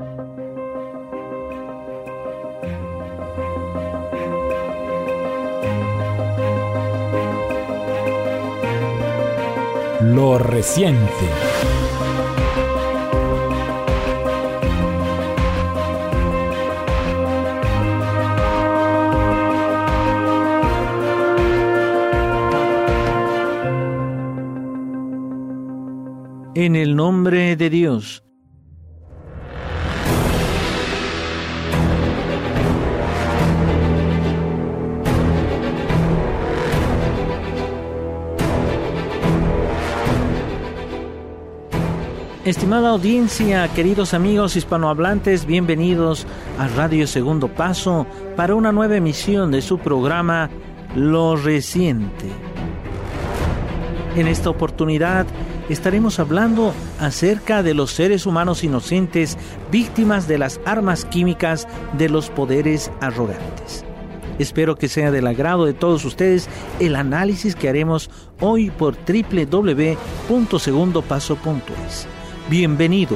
Lo reciente. En el nombre de Dios. Estimada audiencia, queridos amigos hispanohablantes, bienvenidos a Radio Segundo Paso para una nueva emisión de su programa Lo Reciente. En esta oportunidad estaremos hablando acerca de los seres humanos inocentes víctimas de las armas químicas de los poderes arrogantes. Espero que sea del agrado de todos ustedes el análisis que haremos hoy por www.segundopaso.es. Bienvenidos.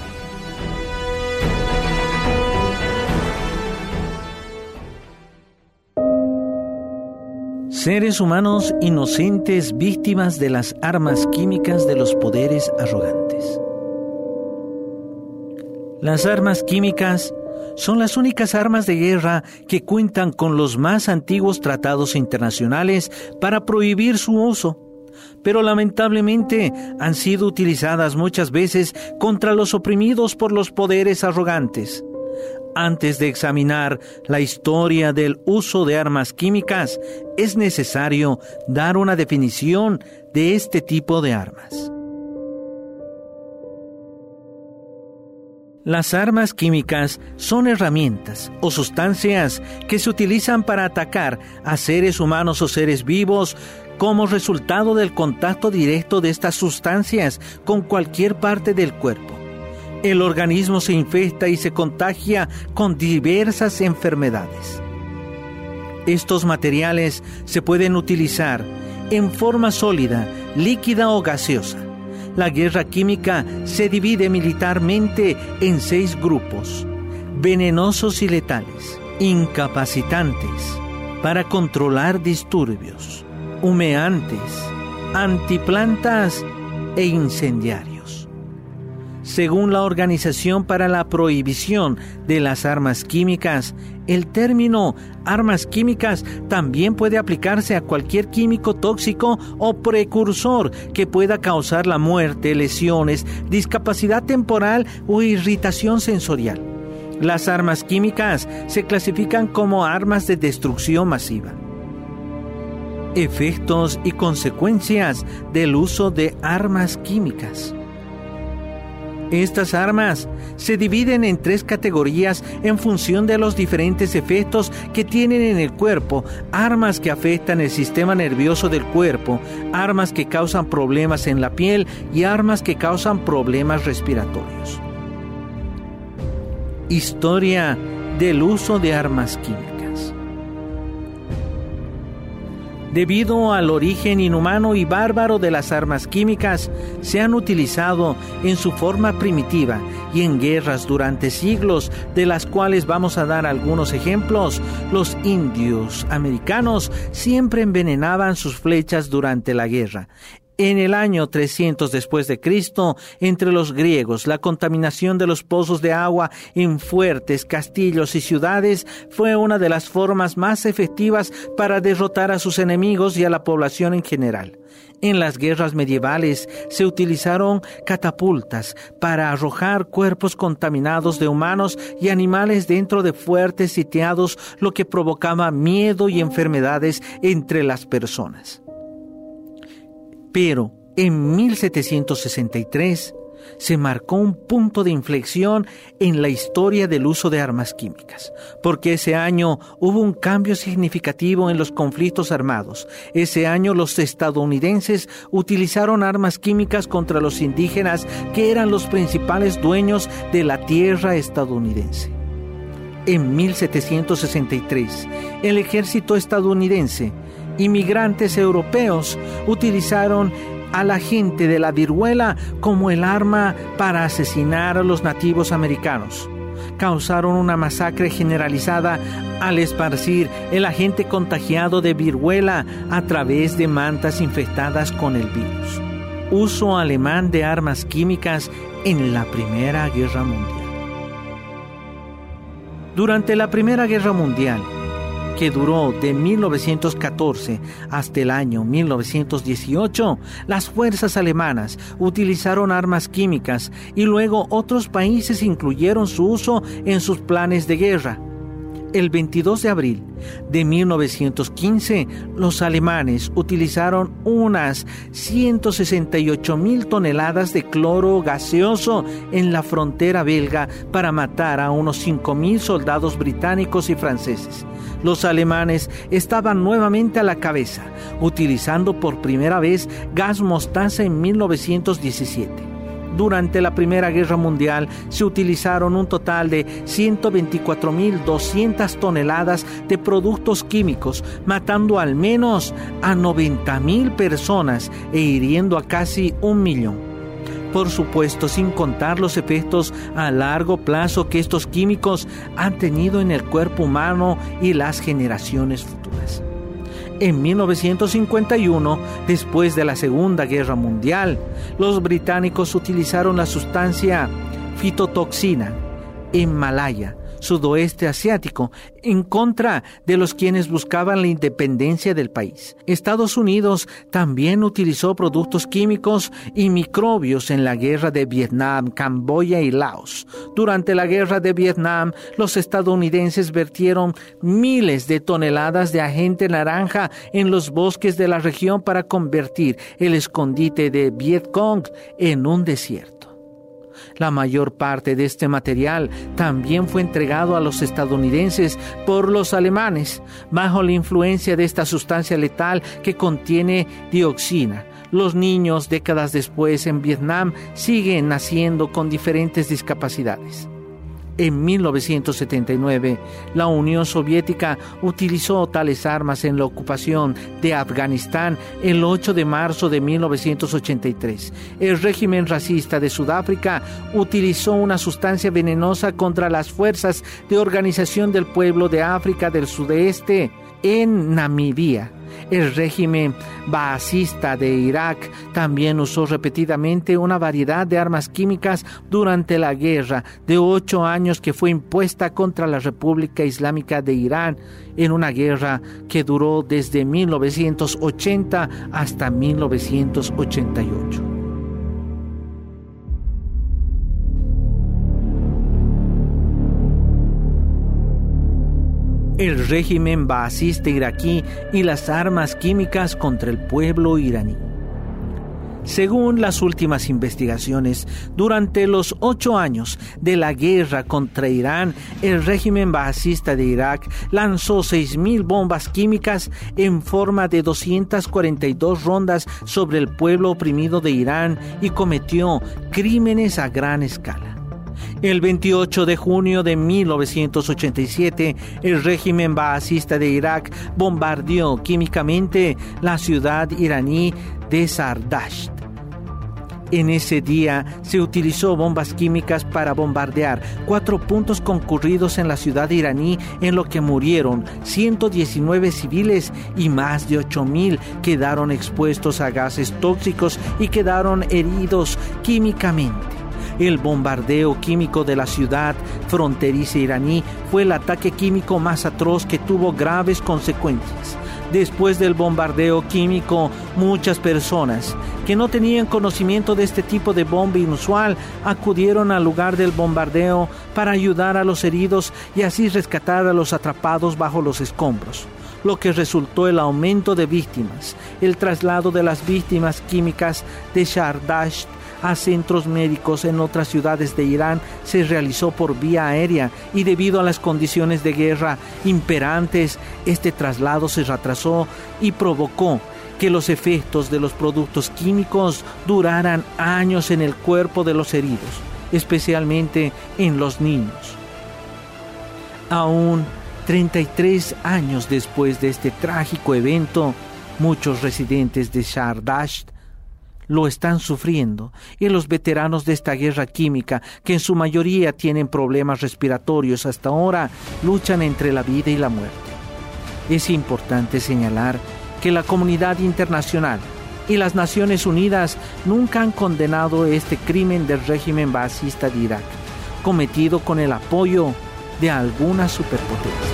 Seres humanos inocentes víctimas de las armas químicas de los poderes arrogantes. Las armas químicas son las únicas armas de guerra que cuentan con los más antiguos tratados internacionales para prohibir su uso. Pero lamentablemente han sido utilizadas muchas veces contra los oprimidos por los poderes arrogantes. Antes de examinar la historia del uso de armas químicas, es necesario dar una definición de este tipo de armas. Las armas químicas son herramientas o sustancias que se utilizan para atacar a seres humanos o seres vivos como resultado del contacto directo de estas sustancias con cualquier parte del cuerpo. El organismo se infecta y se contagia con diversas enfermedades. Estos materiales se pueden utilizar en forma sólida, líquida o gaseosa. La guerra química se divide militarmente en 6 grupos: venenosos y letales, incapacitantes, para controlar disturbios, humeantes, antiplantas e incendiarios. Según la Organización para la Prohibición de las Armas Químicas, el término armas químicas también puede aplicarse a cualquier químico tóxico o precursor que pueda causar la muerte, lesiones, discapacidad temporal o irritación sensorial. Las armas químicas se clasifican como armas de destrucción masiva. Efectos y consecuencias del uso de armas químicas. Estas armas se dividen en 3 categorías en función de los diferentes efectos que tienen en el cuerpo: armas que afectan el sistema nervioso del cuerpo, armas que causan problemas en la piel y armas que causan problemas respiratorios. Historia del uso de armas químicas. Debido al origen inhumano y bárbaro de las armas químicas, se han utilizado en su forma primitiva y en guerras durante siglos, de las cuales vamos a dar algunos ejemplos. Los indios americanos siempre envenenaban sus flechas durante la guerra. En el año 300 después de Cristo, entre los griegos, la contaminación de los pozos de agua en fuertes, castillos y ciudades fue una de las formas más efectivas para derrotar a sus enemigos y a la población en general. En las guerras medievales se utilizaron catapultas para arrojar cuerpos contaminados de humanos y animales dentro de fuertes sitiados, lo que provocaba miedo y enfermedades entre las personas. Pero en 1763 se marcó un punto de inflexión en la historia del uso de armas químicas, porque ese año hubo un cambio significativo en los conflictos armados. Ese año los estadounidenses utilizaron armas químicas contra los indígenas, que eran los principales dueños de la tierra estadounidense. En 1763, el ejército estadounidense, inmigrantes europeos utilizaron a la gente de la viruela como el arma para asesinar a los nativos americanos. Causaron una masacre generalizada al esparcir el agente contagiado de viruela a través de mantas infectadas con el virus. Uso alemán de armas químicas en la Primera Guerra Mundial. Durante la Primera Guerra Mundial, que duró de 1914 hasta el año 1918, las fuerzas alemanas utilizaron armas químicas y luego otros países incluyeron su uso en sus planes de guerra. El 22 de abril de 1915, los alemanes utilizaron unas 168,000 toneladas de cloro gaseoso en la frontera belga para matar a unos 5,000 soldados británicos y franceses. Los alemanes estaban nuevamente a la cabeza, utilizando por primera vez gas mostaza en 1917. Durante la Primera Guerra Mundial se utilizaron un total de 124,200 toneladas de productos químicos, matando al menos a 90,000 personas e hiriendo a casi 1,000,000. Por supuesto, sin contar los efectos a largo plazo que estos químicos han tenido en el cuerpo humano y las generaciones futuras. En 1951, después de la Segunda Guerra Mundial, los británicos utilizaron la sustancia fitotoxina en Malaya, sudoeste asiático, en contra de los quienes buscaban la independencia del país. Estados Unidos también utilizó productos químicos y microbios en la guerra de Vietnam, Camboya y Laos. Durante la guerra de Vietnam, los estadounidenses vertieron miles de toneladas de agente naranja en los bosques de la región para convertir el escondite de Vietcong en un desierto. La mayor parte de este material también fue entregado a los estadounidenses por los alemanes, bajo la influencia de esta sustancia letal que contiene dioxina. Los niños, décadas después en Vietnam, siguen naciendo con diferentes discapacidades. En 1979, la Unión Soviética utilizó tales armas en la ocupación de Afganistán el 8 de marzo de 1983. El régimen racista de Sudáfrica utilizó una sustancia venenosa contra las fuerzas de Organización del Pueblo de África del Sudeste en Namibia. El régimen baasista de Irak también usó repetidamente una variedad de armas químicas durante la guerra de 8 años que fue impuesta contra la República Islámica de Irán, en una guerra que duró desde 1980 hasta 1988. El régimen baasista iraquí y las armas químicas contra el pueblo iraní. Según las últimas investigaciones, durante los 8 años de la guerra contra Irán, el régimen baasista de Irak lanzó 6,000 bombas químicas en forma de 242 rondas sobre el pueblo oprimido de Irán y cometió crímenes a gran escala. El 28 de junio de 1987, el régimen baasista de Irak bombardeó químicamente la ciudad iraní de Zardasht. En ese día se utilizó bombas químicas para bombardear 4 puntos concurridos en la ciudad iraní, en lo que murieron 119 civiles y más de 8,000 quedaron expuestos a gases tóxicos y quedaron heridos químicamente. El bombardeo químico de la ciudad fronteriza iraní fue el ataque químico más atroz que tuvo graves consecuencias. Después del bombardeo químico, muchas personas que no tenían conocimiento de este tipo de bomba inusual acudieron al lugar del bombardeo para ayudar a los heridos y así rescatar a los atrapados bajo los escombros, lo que resultó el aumento de víctimas. El traslado de las víctimas químicas de Zardasht a centros médicos en otras ciudades de Irán se realizó por vía aérea y debido a las condiciones de guerra imperantes, este traslado se retrasó y provocó que los efectos de los productos químicos duraran años en el cuerpo de los heridos, especialmente en los niños. Aún 33 años después de este trágico evento, muchos residentes de Zardasht lo están sufriendo, y los veteranos de esta guerra química, que en su mayoría tienen problemas respiratorios hasta ahora, luchan entre la vida y la muerte. Es importante señalar que la comunidad internacional y las Naciones Unidas nunca han condenado este crimen del régimen baasista de Irak, cometido con el apoyo de algunas superpotencias.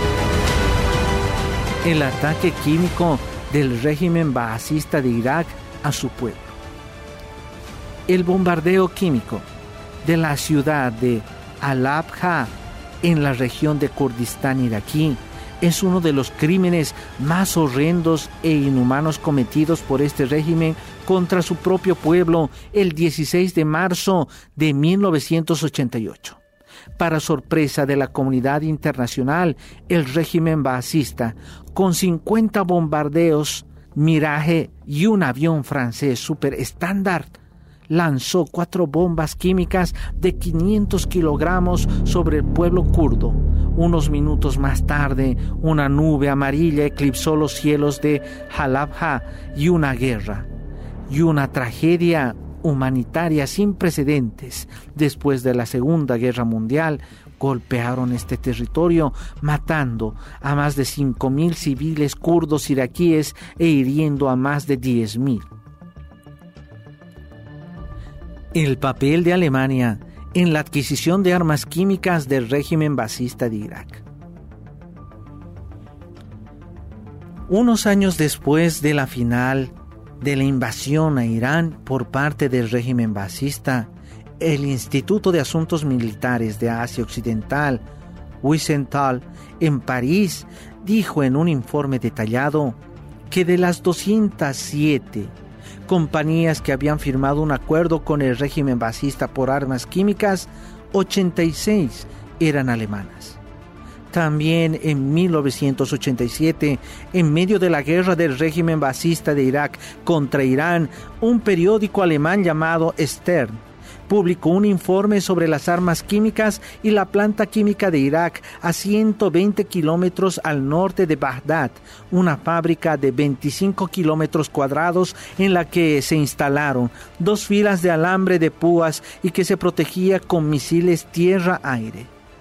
El ataque químico del régimen baasista de Irak a su pueblo. El bombardeo químico de la ciudad de Halabja en la región de Kurdistán iraquí es uno de los crímenes más horrendos e inhumanos cometidos por este régimen contra su propio pueblo el 16 de marzo de 1988. Para sorpresa de la comunidad internacional, el régimen baasista, con 50 bombardeos Mirage y un avión francés Super Standard, lanzó 4 bombas químicas de 500 kilogramos sobre el pueblo kurdo. Unos minutos más tarde, una nube amarilla eclipsó los cielos de Halabja y una guerra y una tragedia humanitaria sin precedentes después de la Segunda Guerra Mundial golpearon este territorio, matando a más de 5.000 civiles kurdos iraquíes e hiriendo a más de 10.000. El papel de Alemania en la adquisición de armas químicas del régimen baasista de Irak. Unos años después de la final de la invasión a Irán por parte del régimen baasista, el Instituto de Asuntos Militares de Asia Occidental, Wiesenthal, en París, dijo en un informe detallado que de las 207 compañías que habían firmado un acuerdo con el régimen baasista por armas químicas, 86 eran alemanas. También en 1987, en medio de la guerra del régimen baasista de Irak contra Irán, un periódico alemán llamado Stern publicó un informe sobre las armas químicas y la planta química de Irak a 120 kilómetros al norte de Bagdad, una fábrica de 25 kilómetros cuadrados en la que se instalaron 2 filas de alambre de púas y que se protegía con misiles tierra-aire.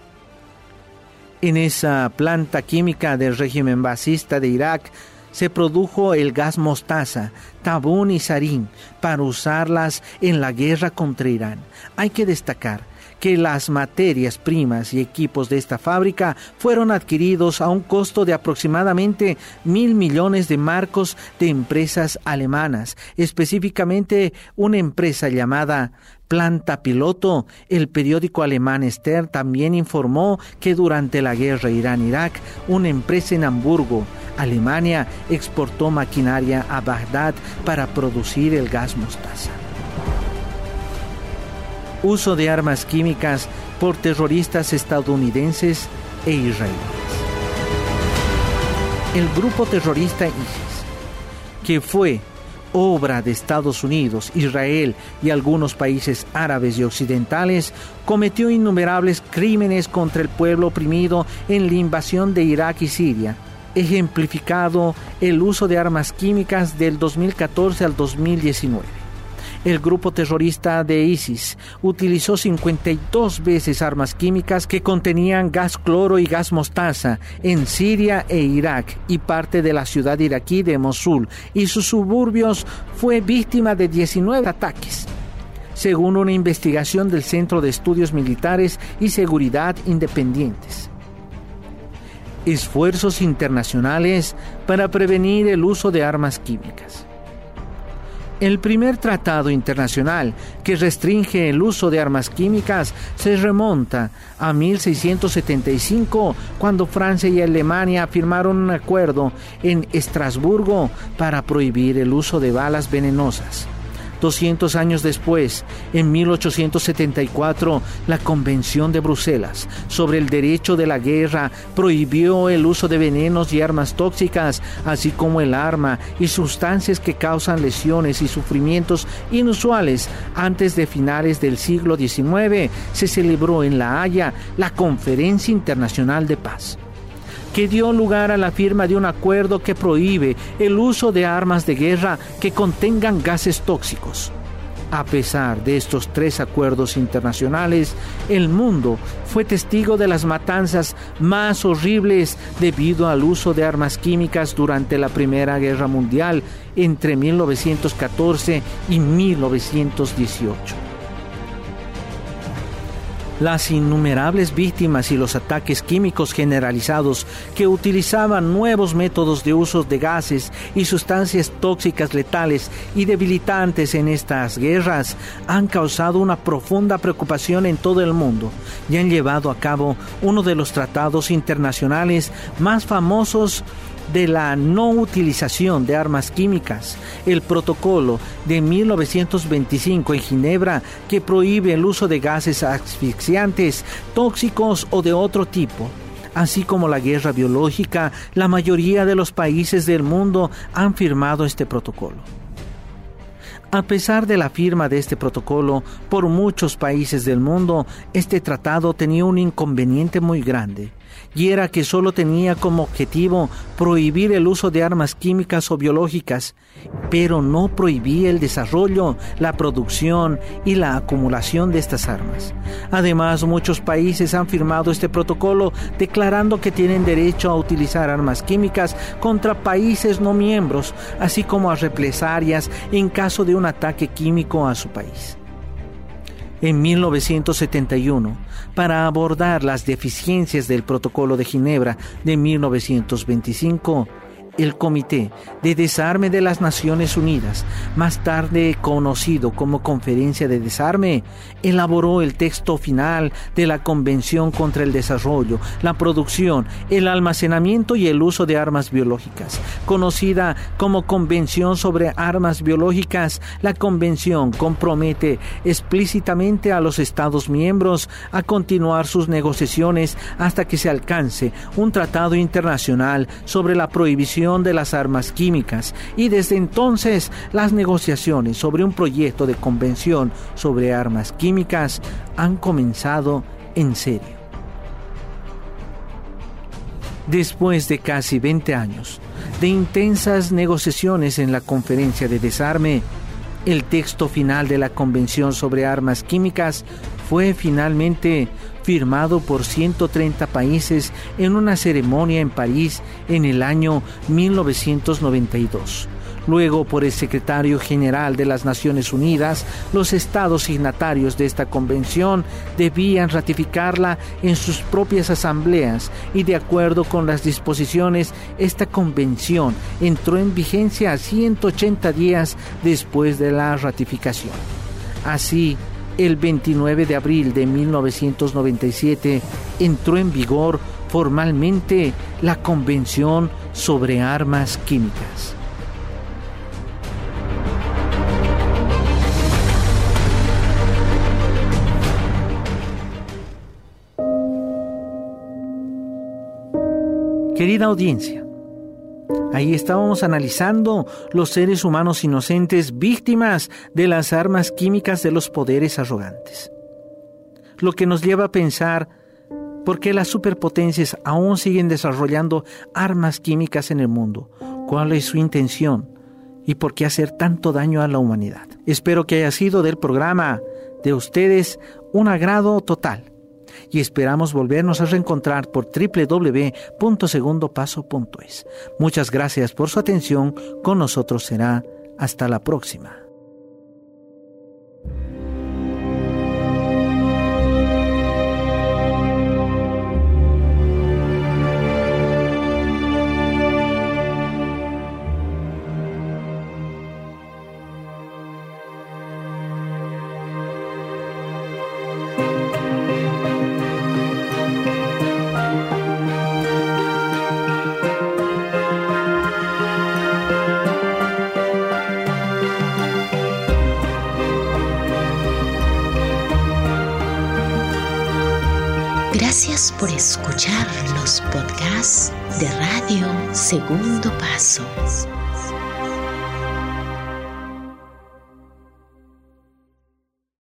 En esa planta química del régimen baasista de Irak se produjo el gas mostaza, tabún y sarín para usarlas en la guerra contra Irán. Hay que destacar que las materias primas y equipos de esta fábrica fueron adquiridos a un costo de aproximadamente 1.000 millones de marcos de empresas alemanas, específicamente una empresa llamada Planta Piloto. El periódico alemán Stern también informó que durante la guerra Irán-Irak, una empresa en Hamburgo, Alemania, exportó maquinaria a Bagdad para producir el gas mostaza. Uso de armas químicas por terroristas estadounidenses e israelíes. El grupo terrorista ISIS, que fue obra de Estados Unidos, Israel y algunos países árabes y occidentales, cometió innumerables crímenes contra el pueblo oprimido en la invasión de Irak y Siria, ejemplificado el uso de armas químicas del 2014 al 2019. El grupo terrorista de ISIS utilizó 52 veces armas químicas que contenían gas cloro y gas mostaza en Siria e Irak y parte de la ciudad iraquí de Mosul y sus suburbios. Fue víctima de 19 ataques, según una investigación del Centro de Estudios Militares y Seguridad Independientes. Esfuerzos internacionales para prevenir el uso de armas químicas. El primer tratado internacional que restringe el uso de armas químicas se remonta a 1675, cuando Francia y Alemania firmaron un acuerdo en Estrasburgo para prohibir el uso de balas venenosas. 200 años después, en 1874, la Convención de Bruselas sobre el derecho de la guerra prohibió el uso de venenos y armas tóxicas, así como el arma y sustancias que causan lesiones y sufrimientos inusuales. Antes de finales del siglo XIX, se celebró en La Haya la Conferencia Internacional de Paz. que dio lugar a la firma de un acuerdo que prohíbe el uso de armas de guerra que contengan gases tóxicos. A pesar de estos 3 acuerdos internacionales, el mundo fue testigo de las matanzas más horribles debido al uso de armas químicas durante la Primera Guerra Mundial entre 1914 y 1918. Las innumerables víctimas y los ataques químicos generalizados que utilizaban nuevos métodos de uso de gases y sustancias tóxicas letales y debilitantes en estas guerras han causado una profunda preocupación en todo el mundo y han llevado a cabo uno de los tratados internacionales más famosos de la no utilización de armas químicas, el Protocolo de 1925 en Ginebra, que prohíbe el uso de gases asfixiantes, tóxicos o de otro tipo. Así como la guerra biológica, la mayoría de los países del mundo han firmado este protocolo. A pesar de la firma de este protocolo por muchos países del mundo, este tratado tenía un inconveniente muy grande, y era que solo tenía como objetivo prohibir el uso de armas químicas o biológicas, pero no prohibía el desarrollo, la producción y la acumulación de estas armas. Además, muchos países han firmado este protocolo declarando que tienen derecho a utilizar armas químicas contra países no miembros, así como a represalias en caso de un ataque químico a su país. En 1971, para abordar las deficiencias del Protocolo de Ginebra de 1925, el Comité de Desarme de las Naciones Unidas, más tarde conocido como Conferencia de Desarme, elaboró el texto final de la Convención contra el Desarrollo, la Producción, el Almacenamiento y el Uso de Armas Biológicas. Conocida como Convención sobre Armas Biológicas, la Convención compromete explícitamente a los Estados miembros a continuar sus negociaciones hasta que se alcance un tratado internacional sobre la prohibición de las armas químicas, y desde entonces las negociaciones sobre un proyecto de convención sobre armas químicas han comenzado en serio. Después de casi 20 años de intensas negociaciones en la Conferencia de Desarme, el texto final de la Convención sobre Armas Químicas fue finalmente firmado por 130 países en una ceremonia en París en el año 1992. Luego, por el secretario general de las Naciones Unidas, los estados signatarios de esta convención debían ratificarla en sus propias asambleas, y de acuerdo con las disposiciones, esta convención entró en vigencia 180 días después de la ratificación. Así, el 29 de abril de 1997 entró en vigor formalmente la Convención sobre Armas Químicas. Querida audiencia, ahí estábamos analizando los seres humanos inocentes víctimas de las armas químicas de los poderes arrogantes. Lo que nos lleva a pensar por qué las superpotencias aún siguen desarrollando armas químicas en el mundo, cuál es su intención y por qué hacer tanto daño a la humanidad. Espero que haya sido del programa de ustedes un agrado total. Y esperamos volvernos a reencontrar por www.segundopaso.es. Muchas gracias por su atención. Con nosotros será hasta la próxima. Gracias por escuchar los podcasts de Radio Segundo Paso.